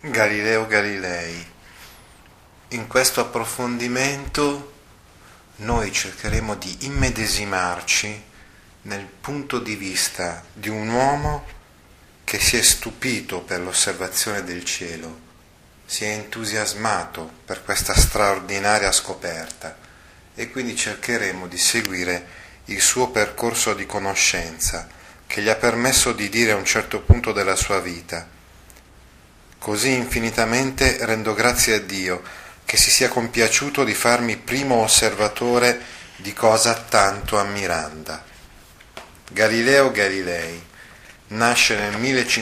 Galileo Galilei. In questo approfondimento noi cercheremo di immedesimarci nel punto di vista di un uomo che si è stupito per l'osservazione del cielo, si è entusiasmato per questa straordinaria scoperta e quindi cercheremo di seguire il suo percorso di conoscenza che gli ha permesso di dire a un certo punto della sua vita: così infinitamente rendo grazie a Dio che si sia compiaciuto di farmi primo osservatore di cosa tanto ammiranda. Galileo Galilei nasce nel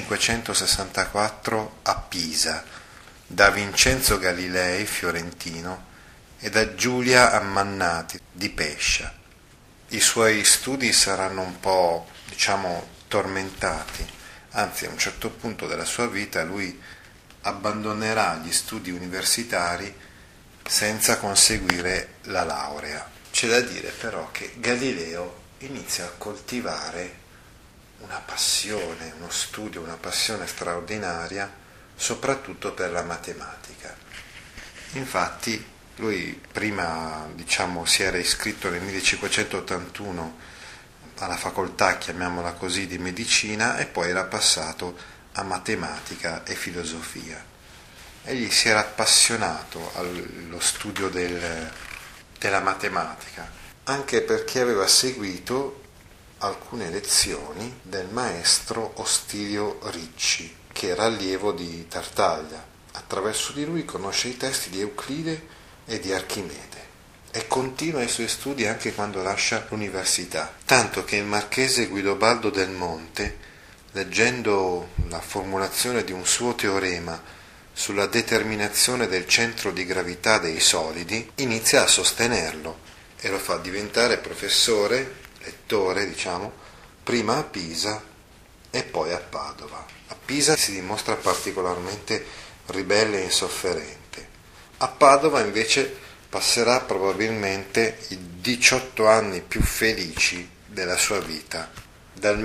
1564 a Pisa da Vincenzo Galilei, fiorentino, e da Giulia Ammannati di Pescia. I suoi studi saranno un po', tormentati, anzi a un certo punto della sua vita lui abbandonerà gli studi universitari senza conseguire la laurea. C'è da dire però che Galileo inizia a coltivare una passione, uno studio, una passione straordinaria, soprattutto per la matematica. Infatti lui prima, si era iscritto nel 1581 alla facoltà, chiamiamola così, di medicina e poi era passato a matematica e filosofia. Egli si era appassionato allo studio della matematica, anche perché aveva seguito alcune lezioni del maestro Ostilio Ricci, che era allievo di Tartaglia. Attraverso di lui conosce i testi di Euclide e di Archimede e continua i suoi studi anche quando lascia l'università, tanto che il marchese Guidobaldo del Monte, leggendo la formulazione di un suo teorema sulla determinazione del centro di gravità dei solidi, inizia a sostenerlo e lo fa diventare professore, lettore, prima a Pisa e poi a Padova. A Pisa si dimostra particolarmente ribelle e insofferente. A Padova invece passerà probabilmente i 18 anni più felici della sua vita, dal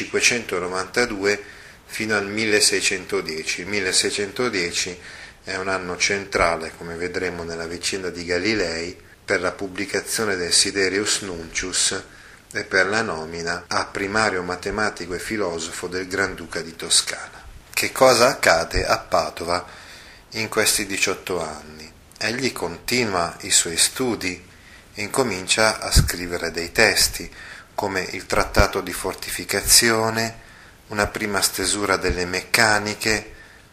1592 fino al 1610. Il 1610 è un anno centrale, come vedremo nella vicenda di Galilei, per la pubblicazione del Siderius Nuncius e per la nomina a primario matematico e filosofo del Granduca di Toscana. Che cosa accade a Padova in questi 18 anni? Egli continua i suoi studi e incomincia a scrivere dei testi, come il Trattato di Fortificazione, una prima stesura delle meccaniche,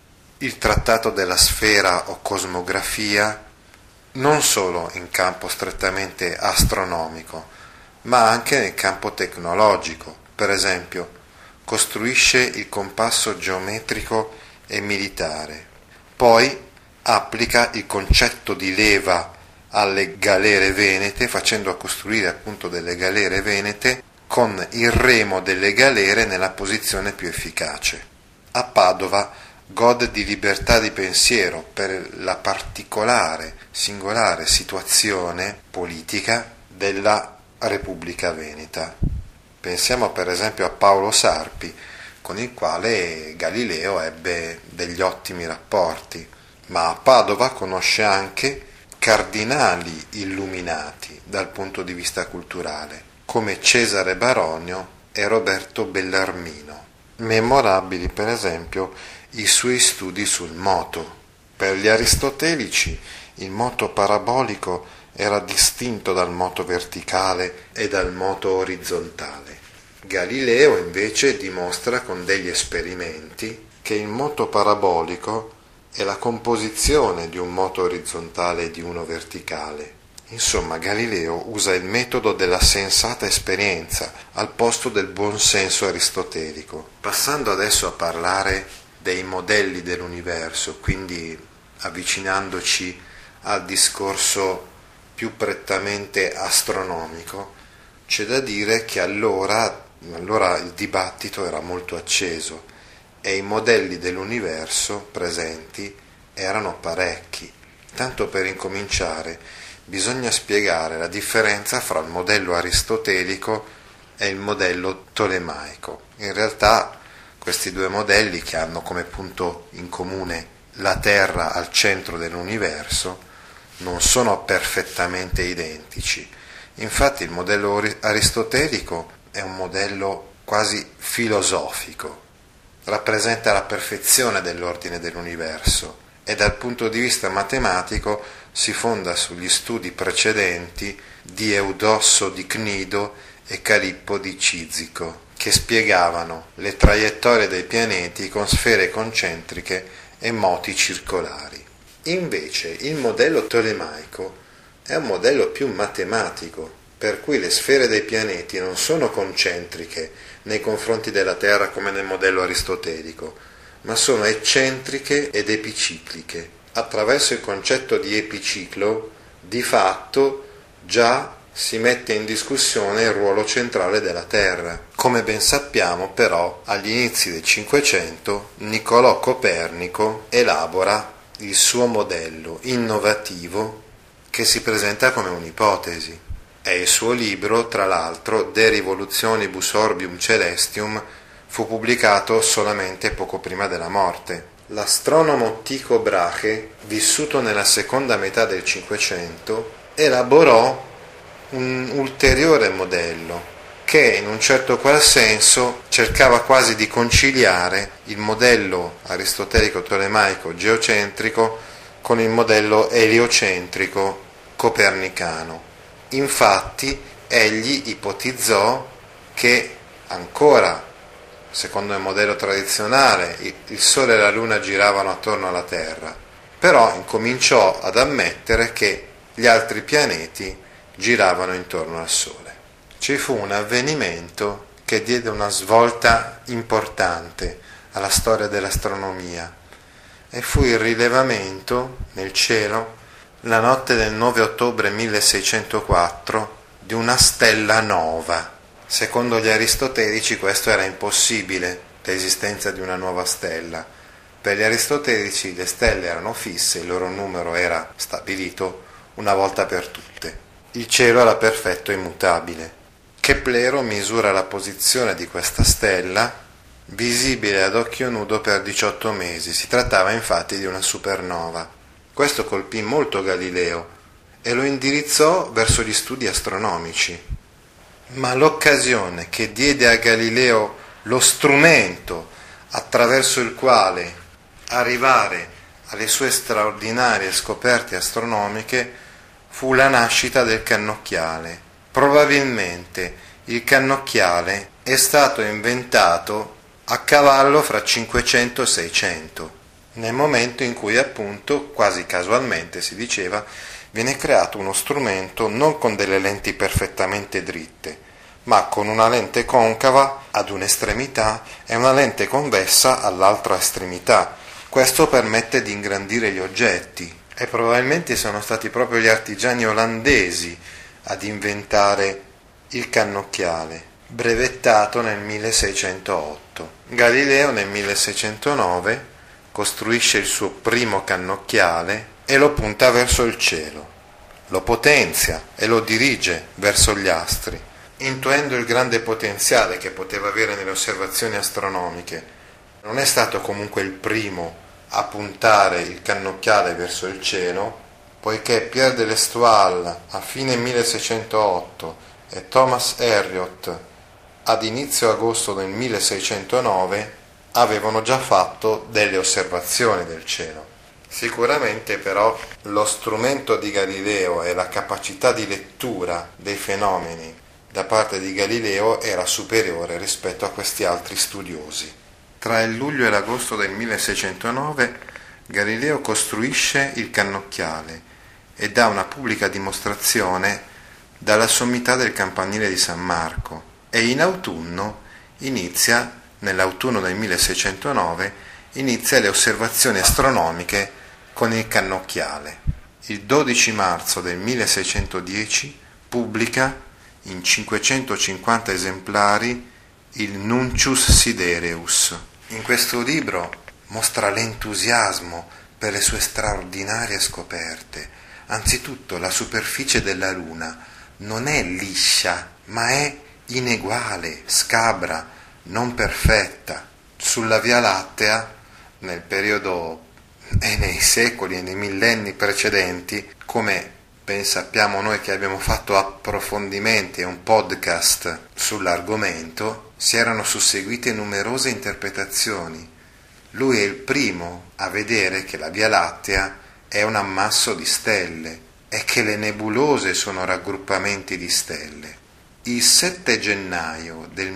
il Trattato della Sfera o Cosmografia, non solo in campo strettamente astronomico, ma anche nel campo tecnologico. Per esempio, costruisce il compasso geometrico e militare, poi applica il concetto di leva alle galere venete, facendo costruire appunto delle galere venete con il remo delle galere nella posizione più efficace. A Padova gode di libertà di pensiero per la particolare, singolare situazione politica della Repubblica Veneta. Pensiamo per esempio a Paolo Sarpi, con il quale Galileo ebbe degli ottimi rapporti, ma a Padova conosce anche cardinali illuminati dal punto di vista culturale, come Cesare Baronio e Roberto Bellarmino. Memorabili per esempio i suoi studi sul moto. Per gli aristotelici il moto parabolico era distinto dal moto verticale e dal moto orizzontale. Galileo invece dimostra con degli esperimenti che il moto parabolico è la composizione di un moto orizzontale e di uno verticale. Insomma, Galileo usa il metodo della sensata esperienza al posto del buon senso aristotelico. Passando adesso a parlare dei modelli dell'universo, quindi avvicinandoci al discorso più prettamente astronomico, c'è da dire che allora il dibattito era molto acceso e i modelli dell'universo presenti erano parecchi. Tanto per incominciare bisogna spiegare la differenza fra il modello aristotelico e il modello tolemaico. In realtà questi due modelli, che hanno come punto in comune la Terra al centro dell'universo non sono perfettamente identici. Infatti il modello aristotelico è un modello quasi filosofico, rappresenta la perfezione dell'ordine dell'universo e dal punto di vista matematico si fonda sugli studi precedenti di Eudosso di Cnido e Calippo di Cizico, che spiegavano le traiettorie dei pianeti con sfere concentriche e moti circolari. Invece il modello tolemaico è un modello più matematico, per cui le sfere dei pianeti non sono concentriche nei confronti della Terra come nel modello aristotelico, ma sono eccentriche ed epicicliche. Attraverso il concetto di epiciclo, di fatto, già si mette in discussione il ruolo centrale della Terra. Come ben sappiamo, però, agli inizi del Cinquecento, Niccolò Copernico elabora il suo modello innovativo che si presenta come un'ipotesi. E il suo libro, tra l'altro, De Revolutionibus Orbium Celestium, fu pubblicato solamente poco prima della morte. L'astronomo Tycho Brahe, vissuto nella seconda metà del Cinquecento, elaborò un ulteriore modello che in un certo qual senso cercava quasi di conciliare il modello aristotelico tolemaico geocentrico con il modello eliocentrico copernicano. Infatti egli ipotizzò che ancora, secondo il modello tradizionale, il Sole e la Luna giravano attorno alla Terra, però incominciò ad ammettere che gli altri pianeti giravano intorno al Sole. Ci fu un avvenimento che diede una svolta importante alla storia dell'astronomia e fu il rilevamento nel cielo, la notte del 9 ottobre 1604, di una stella nova. Secondo gli aristotelici questo era impossibile, l'esistenza di una nuova stella. Per gli aristotelici le stelle erano fisse, il loro numero era stabilito una volta per tutte. Il cielo era perfetto e immutabile. Keplero misura la posizione di questa stella, visibile ad occhio nudo per 18 mesi. Si trattava infatti di una supernova. Questo colpì molto Galileo e lo indirizzò verso gli studi astronomici. Ma l'occasione che diede a Galileo lo strumento attraverso il quale arrivare alle sue straordinarie scoperte astronomiche fu la nascita del cannocchiale. Probabilmente il cannocchiale è stato inventato a cavallo fra 500 e 600, nel momento in cui appunto, quasi casualmente si diceva, viene creato uno strumento non con delle lenti perfettamente dritte, ma con una lente concava ad un'estremità e una lente convessa all'altra estremità. Questo permette di ingrandire gli oggetti e probabilmente sono stati proprio gli artigiani olandesi ad inventare il cannocchiale, brevettato nel 1608. Galileo nel 1609 costruisce il suo primo cannocchiale e lo punta verso il cielo, lo potenzia e lo dirige verso gli astri, intuendo il grande potenziale che poteva avere nelle osservazioni astronomiche. Non è stato comunque il primo a puntare il cannocchiale verso il cielo, poiché Pierre de l'Estoile a fine 1608 e Thomas Harriot ad inizio agosto del 1609 avevano già fatto delle osservazioni del cielo. Sicuramente però lo strumento di Galileo e la capacità di lettura dei fenomeni da parte di Galileo era superiore rispetto a questi altri studiosi. Tra il luglio e l'agosto del 1609 Galileo costruisce il cannocchiale e dà una pubblica dimostrazione dalla sommità del campanile di San Marco e in autunno nell'autunno del 1609 inizia le osservazioni astronomiche con il cannocchiale. Il 12 marzo del 1610 pubblica in 550 esemplari il Nuncius Sidereus. In questo libro mostra l'entusiasmo per le sue straordinarie scoperte. Anzitutto la superficie della Luna non è liscia, ma è ineguale, scabra, non perfetta. Sulla Via Lattea, nel periodo e nei secoli e nei millenni precedenti, come ben sappiamo noi che abbiamo fatto approfondimenti e un podcast sull'argomento, si erano susseguite numerose interpretazioni. Lui è il primo a vedere che la Via Lattea è un ammasso di stelle e che le nebulose sono raggruppamenti di stelle. Il 7 gennaio del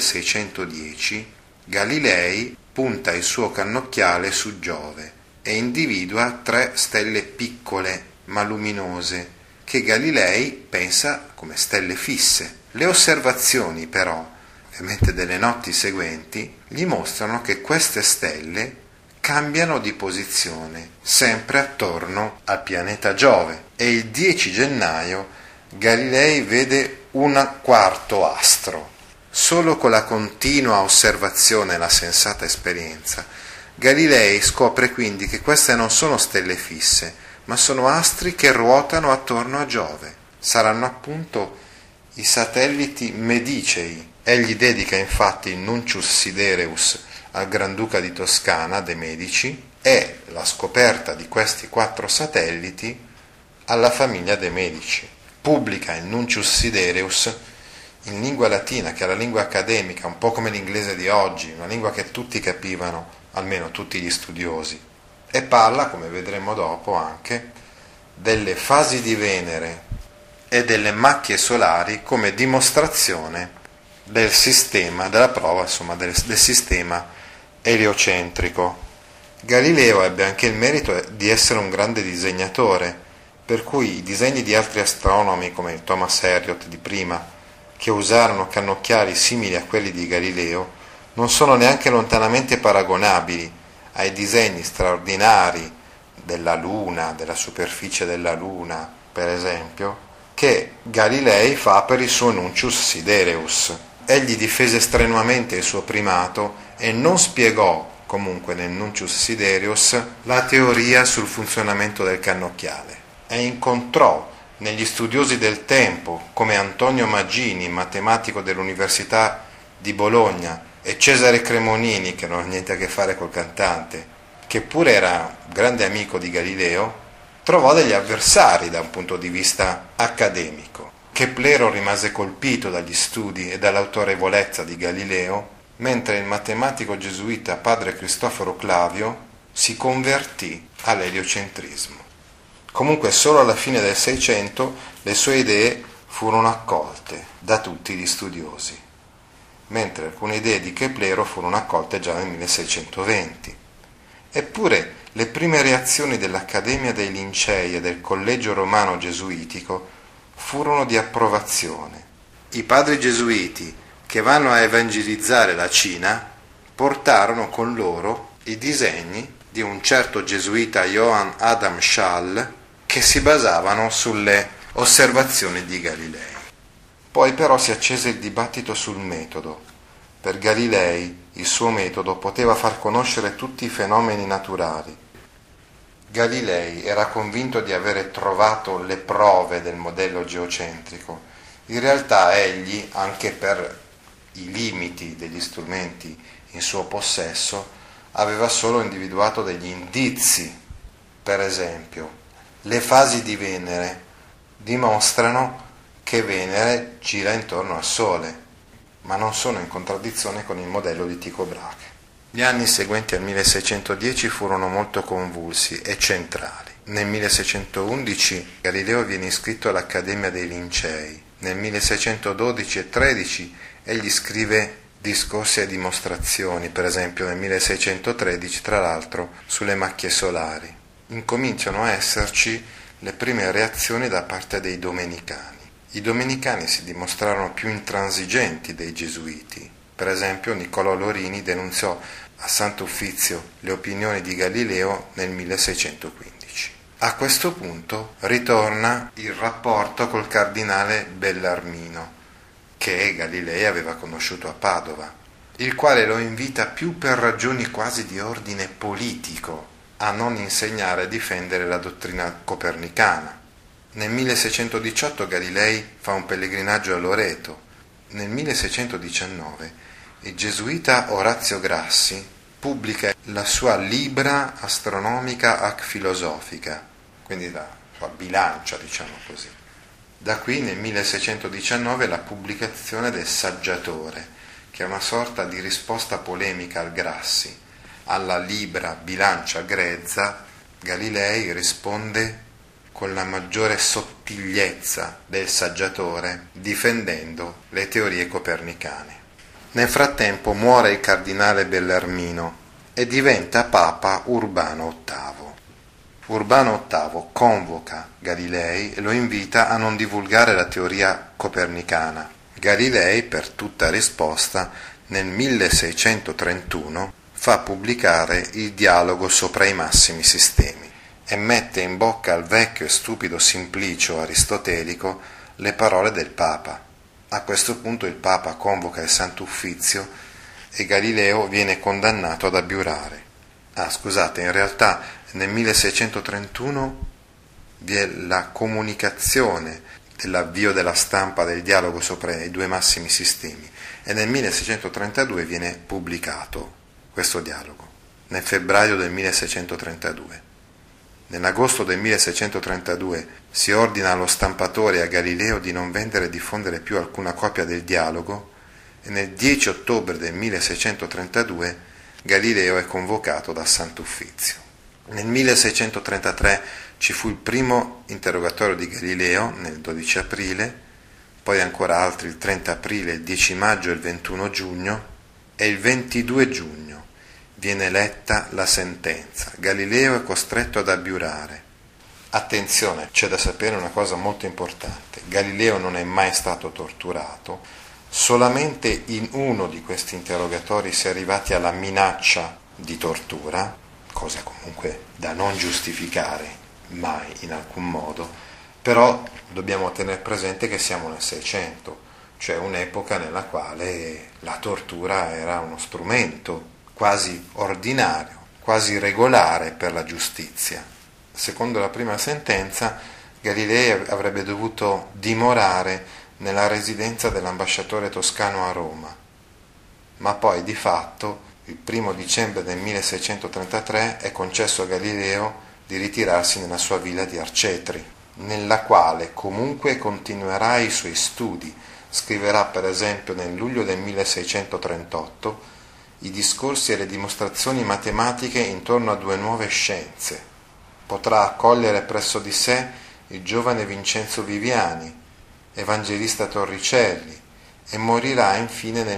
1610 Galilei punta il suo cannocchiale su Giove e individua 3 stelle piccole ma luminose che Galilei pensa come stelle fisse. Le osservazioni però, ovviamente delle notti seguenti, gli mostrano che queste stelle cambiano di posizione sempre attorno al pianeta Giove e il 10 gennaio Galilei vede un quarto astro. Solo con la continua osservazione e la sensata esperienza, Galilei scopre quindi che queste non sono stelle fisse, ma sono astri che ruotano attorno a Giove. Saranno appunto i satelliti medicei. Egli dedica infatti il Nuncius Sidereus al Granduca di Toscana de' Medici e la scoperta di questi 4 satelliti alla famiglia de' Medici. Pubblica il Nuncius Sidereus in lingua latina, che è la lingua accademica, un po' come l'inglese di oggi, una lingua che tutti capivano, almeno tutti gli studiosi, e parla, come vedremo dopo, anche delle fasi di Venere e delle macchie solari come dimostrazione del sistema, della prova, insomma, del sistema eliocentrico. Galileo ebbe anche il merito di essere un grande disegnatore, per cui i disegni di altri astronomi come Thomas Harriot di prima, che usarono cannocchiali simili a quelli di Galileo, non sono neanche lontanamente paragonabili ai disegni straordinari della Luna, della superficie della Luna, per esempio, che Galilei fa per il suo Nuncius Sidereus. Egli difese strenuamente il suo primato e non spiegò, comunque nel Nuncius Sidereus, la teoria sul funzionamento del cannocchiale e incontrò negli studiosi del tempo, come Antonio Magini, matematico dell'Università di Bologna, e Cesare Cremonini, che non ha niente a che fare col cantante, che pure era grande amico di Galileo, trovò degli avversari da un punto di vista accademico. Keplero rimase colpito dagli studi e dall'autorevolezza di Galileo, mentre il matematico gesuita padre Cristoforo Clavio si convertì all'eliocentrismo. Comunque solo alla fine del Seicento le sue idee furono accolte da tutti gli studiosi, mentre alcune idee di Keplero furono accolte già nel 1620. Eppure le prime reazioni dell'Accademia dei Lincei e del Collegio Romano Gesuitico furono di approvazione. I padri gesuiti che vanno a evangelizzare la Cina portarono con loro i disegni di un certo gesuita Johann Adam Schall che si basavano sulle osservazioni di Galilei. Poi però si accese il dibattito sul metodo. Per Galilei il suo metodo poteva far conoscere tutti i fenomeni naturali. Galilei era convinto di avere trovato le prove del modello geocentrico. In realtà egli, anche per i limiti degli strumenti in suo possesso, aveva solo individuato degli indizi. Per esempio, le fasi di Venere dimostrano che Venere gira intorno al Sole, ma non sono in contraddizione con il modello di Tycho Brahe. Gli anni seguenti al 1610 furono molto convulsi e centrali. Nel 1611 Galileo viene iscritto all'Accademia dei Lincei. Nel 1612 e 13 egli scrive discorsi e dimostrazioni, per esempio nel 1613, tra l'altro, sulle macchie solari. Incominciano a esserci le prime reazioni da parte dei domenicani. I domenicani si dimostrarono più intransigenti dei gesuiti. Per esempio Niccolò Lorini denunziò a Sant'Uffizio le opinioni di Galileo nel 1615. A questo punto ritorna il rapporto col cardinale Bellarmino, che Galilei aveva conosciuto a Padova, il quale lo invita più per ragioni quasi di ordine politico a non insegnare e difendere la dottrina copernicana. Nel 1618 Galilei fa un pellegrinaggio a Loreto. Nel 1619 il gesuita Orazio Grassi pubblica la sua Libra Astronomica ac Philosophica, quindi la sua bilancia, diciamo così. Da qui nel 1619 la pubblicazione del Saggiatore, che è una sorta di risposta polemica al Grassi. Alla Libra Bilancia Grezza Galilei risponde con la maggiore sottigliezza del Saggiatore, difendendo le teorie copernicane. Nel frattempo muore il cardinale Bellarmino e diventa Papa Urbano VIII. Urbano VIII convoca Galilei e lo invita a non divulgare la teoria copernicana. Galilei, per tutta risposta, nel 1631 fa pubblicare il dialogo sopra i massimi sistemi e mette in bocca al vecchio e stupido Simplicio aristotelico le parole del Papa. A questo punto il Papa convoca il Santo Uffizio e Galileo viene condannato ad abiurare. In realtà nel 1631 vi è la comunicazione dell'avvio della stampa del dialogo sopra i due massimi sistemi e nel 1632 viene pubblicato questo dialogo, nel febbraio del 1632. Nell'agosto del 1632 si ordina allo stampatore e a Galileo di non vendere e diffondere più alcuna copia del dialogo e nel 10 ottobre del 1632 Galileo è convocato da Sant'Uffizio. Nel 1633 ci fu il primo interrogatorio di Galileo, nel 12 aprile, poi ancora altri il 30 aprile, il 10 maggio e il 21 giugno, e il 22 giugno viene letta la sentenza. Galileo è costretto ad abiurare. Attenzione, c'è da sapere una cosa molto importante. Galileo non è mai stato torturato, solamente in uno di questi interrogatori si è arrivati alla minaccia di tortura, cosa comunque da non giustificare mai in alcun modo, però dobbiamo tenere presente che siamo nel 600, cioè un'epoca nella quale la tortura era uno strumento quasi ordinario, quasi regolare per la giustizia. Secondo la prima sentenza, Galilei avrebbe dovuto dimorare nella residenza dell'ambasciatore toscano a Roma, ma poi di fatto il 1 dicembre del 1633 è concesso a Galileo di ritirarsi nella sua villa di Arcetri, nella quale comunque continuerà i suoi studi. Scriverà per esempio nel luglio del 1638 i discorsi e le dimostrazioni matematiche intorno a due nuove scienze. Potrà accogliere presso di sé il giovane Vincenzo Viviani, Evangelista Torricelli, e morirà infine nel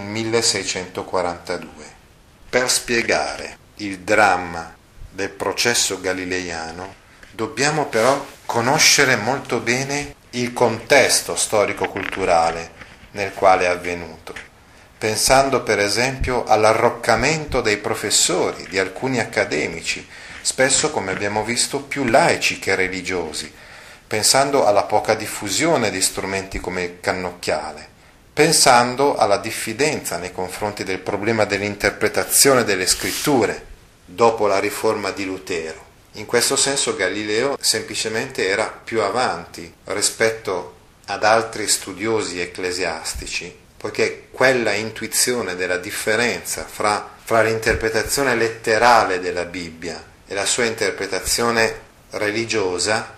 1642. Per spiegare il dramma del processo galileiano dobbiamo però conoscere molto bene il contesto storico-culturale nel quale è avvenuto, pensando per esempio all'arroccamento dei professori, di alcuni accademici, spesso come abbiamo visto più laici che religiosi, pensando alla poca diffusione di strumenti come il cannocchiale, pensando alla diffidenza nei confronti del problema dell'interpretazione delle scritture dopo la riforma di Lutero. In questo senso Galileo semplicemente era più avanti rispetto ad altri studiosi ecclesiastici, poiché quella intuizione della differenza fra l'interpretazione letterale della Bibbia e la sua interpretazione religiosa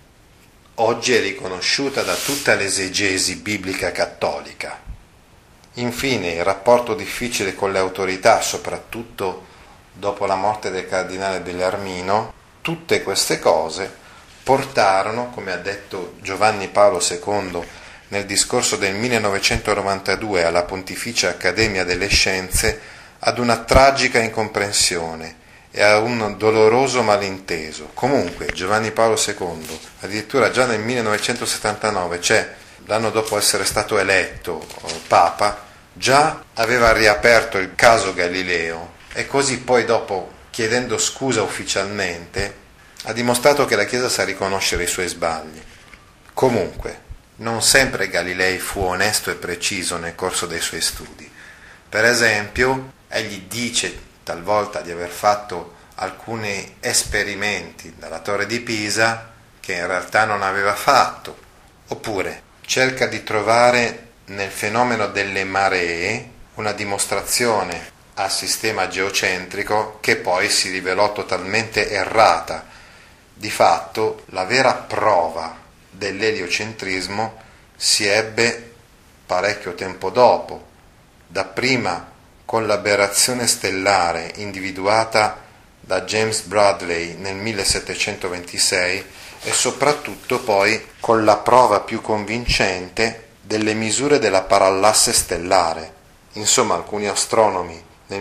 oggi è riconosciuta da tutta l'esegesi biblica cattolica. Infine, il rapporto difficile con le autorità, soprattutto dopo la morte del cardinale Bellarmino, tutte queste cose portarono, come ha detto Giovanni Paolo II nel discorso del 1992 alla Pontificia Accademia delle Scienze, ad una tragica incomprensione e a un doloroso malinteso. Comunque Giovanni Paolo II, addirittura già nel 1979, cioè l'anno dopo essere stato eletto Papa, già aveva riaperto il caso Galileo e così poi dopo, chiedendo scusa ufficialmente, ha dimostrato che la Chiesa sa riconoscere i suoi sbagli. Comunque, non sempre Galilei fu onesto e preciso nel corso dei suoi studi. Per esempio, egli dice talvolta di aver fatto alcuni esperimenti dalla Torre di Pisa che in realtà non aveva fatto, oppure cerca di trovare nel fenomeno delle maree una dimostrazione al sistema geocentrico, che poi si rivelò totalmente errata. Di fatto, la vera prova dell'eliocentrismo si ebbe parecchio tempo dopo, dapprima con l'aberrazione stellare individuata da James Bradley nel 1726 e soprattutto poi con la prova più convincente delle misure della parallasse stellare. Insomma, alcuni astronomi nel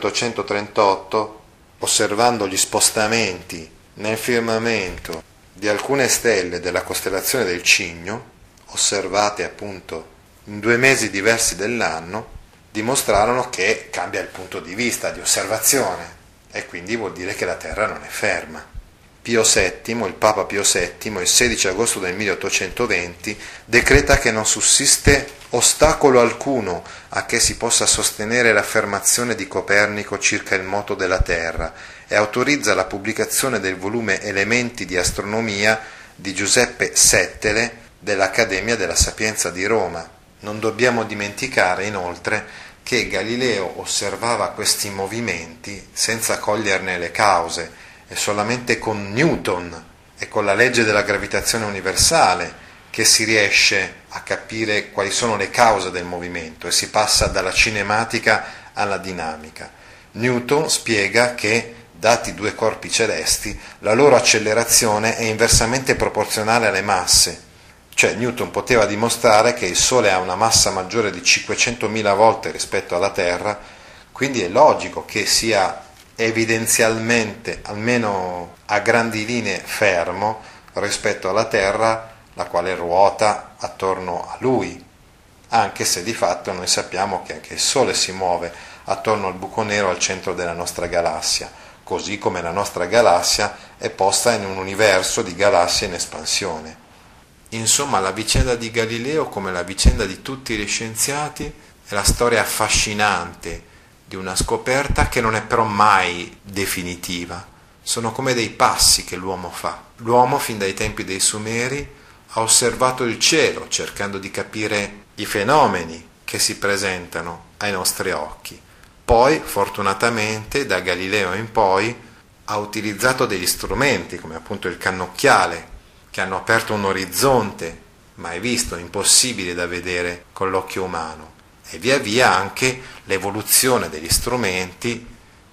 1838, osservando gli spostamenti nel firmamento di alcune stelle della costellazione del Cigno, osservate appunto in 2 mesi diversi dell'anno, dimostrarono che cambia il punto di vista di osservazione e quindi vuol dire che la Terra non è ferma. Il Papa Pio VII, il 16 agosto del 1820, decreta che non sussiste ostacolo alcuno a che si possa sostenere l'affermazione di Copernico circa il moto della Terra e autorizza la pubblicazione del volume Elementi di astronomia di Giuseppe Settele dell'Accademia della Sapienza di Roma. Non dobbiamo dimenticare inoltre che Galileo osservava questi movimenti senza coglierne le cause e solamente con Newton e con la legge della gravitazione universale che si riesce a capire quali sono le cause del movimento e si passa dalla cinematica alla dinamica. Newton spiega che, dati 2 corpi celesti, la loro accelerazione è inversamente proporzionale alle masse. Cioè Newton poteva dimostrare che il Sole ha una massa maggiore di 500.000 volte rispetto alla Terra, quindi è logico che sia evidenzialmente, almeno a grandi linee, fermo rispetto alla Terra, la quale ruota attorno a lui, anche se di fatto noi sappiamo che anche il Sole si muove attorno al buco nero al centro della nostra galassia, così come la nostra galassia è posta in un universo di galassie in espansione. Insomma, la vicenda di Galileo, come la vicenda di tutti gli scienziati, è la storia affascinante di una scoperta che non è però mai definitiva. Sono come dei passi che l'uomo fa. L'uomo, fin dai tempi dei Sumeri, ha osservato il cielo cercando di capire i fenomeni che si presentano ai nostri occhi. Poi, fortunatamente, da Galileo in poi, ha utilizzato degli strumenti, come appunto il cannocchiale, che hanno aperto un orizzonte mai visto, impossibile da vedere con l'occhio umano, e via via anche l'evoluzione degli strumenti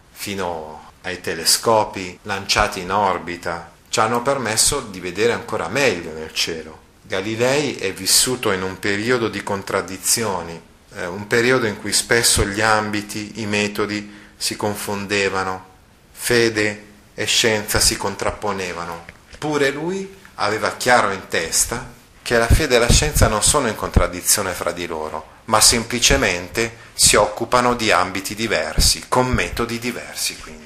fino ai telescopi lanciati in orbita ci hanno permesso di vedere ancora meglio nel cielo. Galilei è vissuto in un periodo di contraddizioni, un periodo in cui spesso gli ambiti, i metodi si confondevano, fede e scienza si contrapponevano. Pure lui aveva chiaro in testa che la fede e la scienza non sono in contraddizione fra di loro, ma semplicemente si occupano di ambiti diversi, con metodi diversi quindi.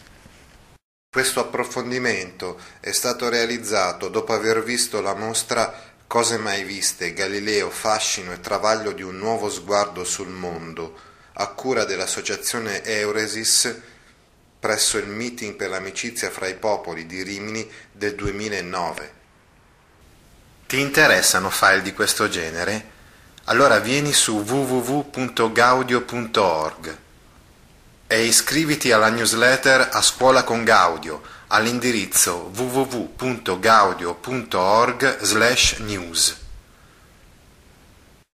Questo approfondimento è stato realizzato dopo aver visto la mostra Cose mai viste, Galileo, fascino e travaglio di un nuovo sguardo sul mondo, a cura dell'associazione Euresis presso il meeting per l'amicizia fra i popoli di Rimini del 2009. Ti interessano file di questo genere? Allora vieni su www.gaudio.org e iscriviti alla newsletter A Scuola con Gaudio all'indirizzo www.gaudio.org/news.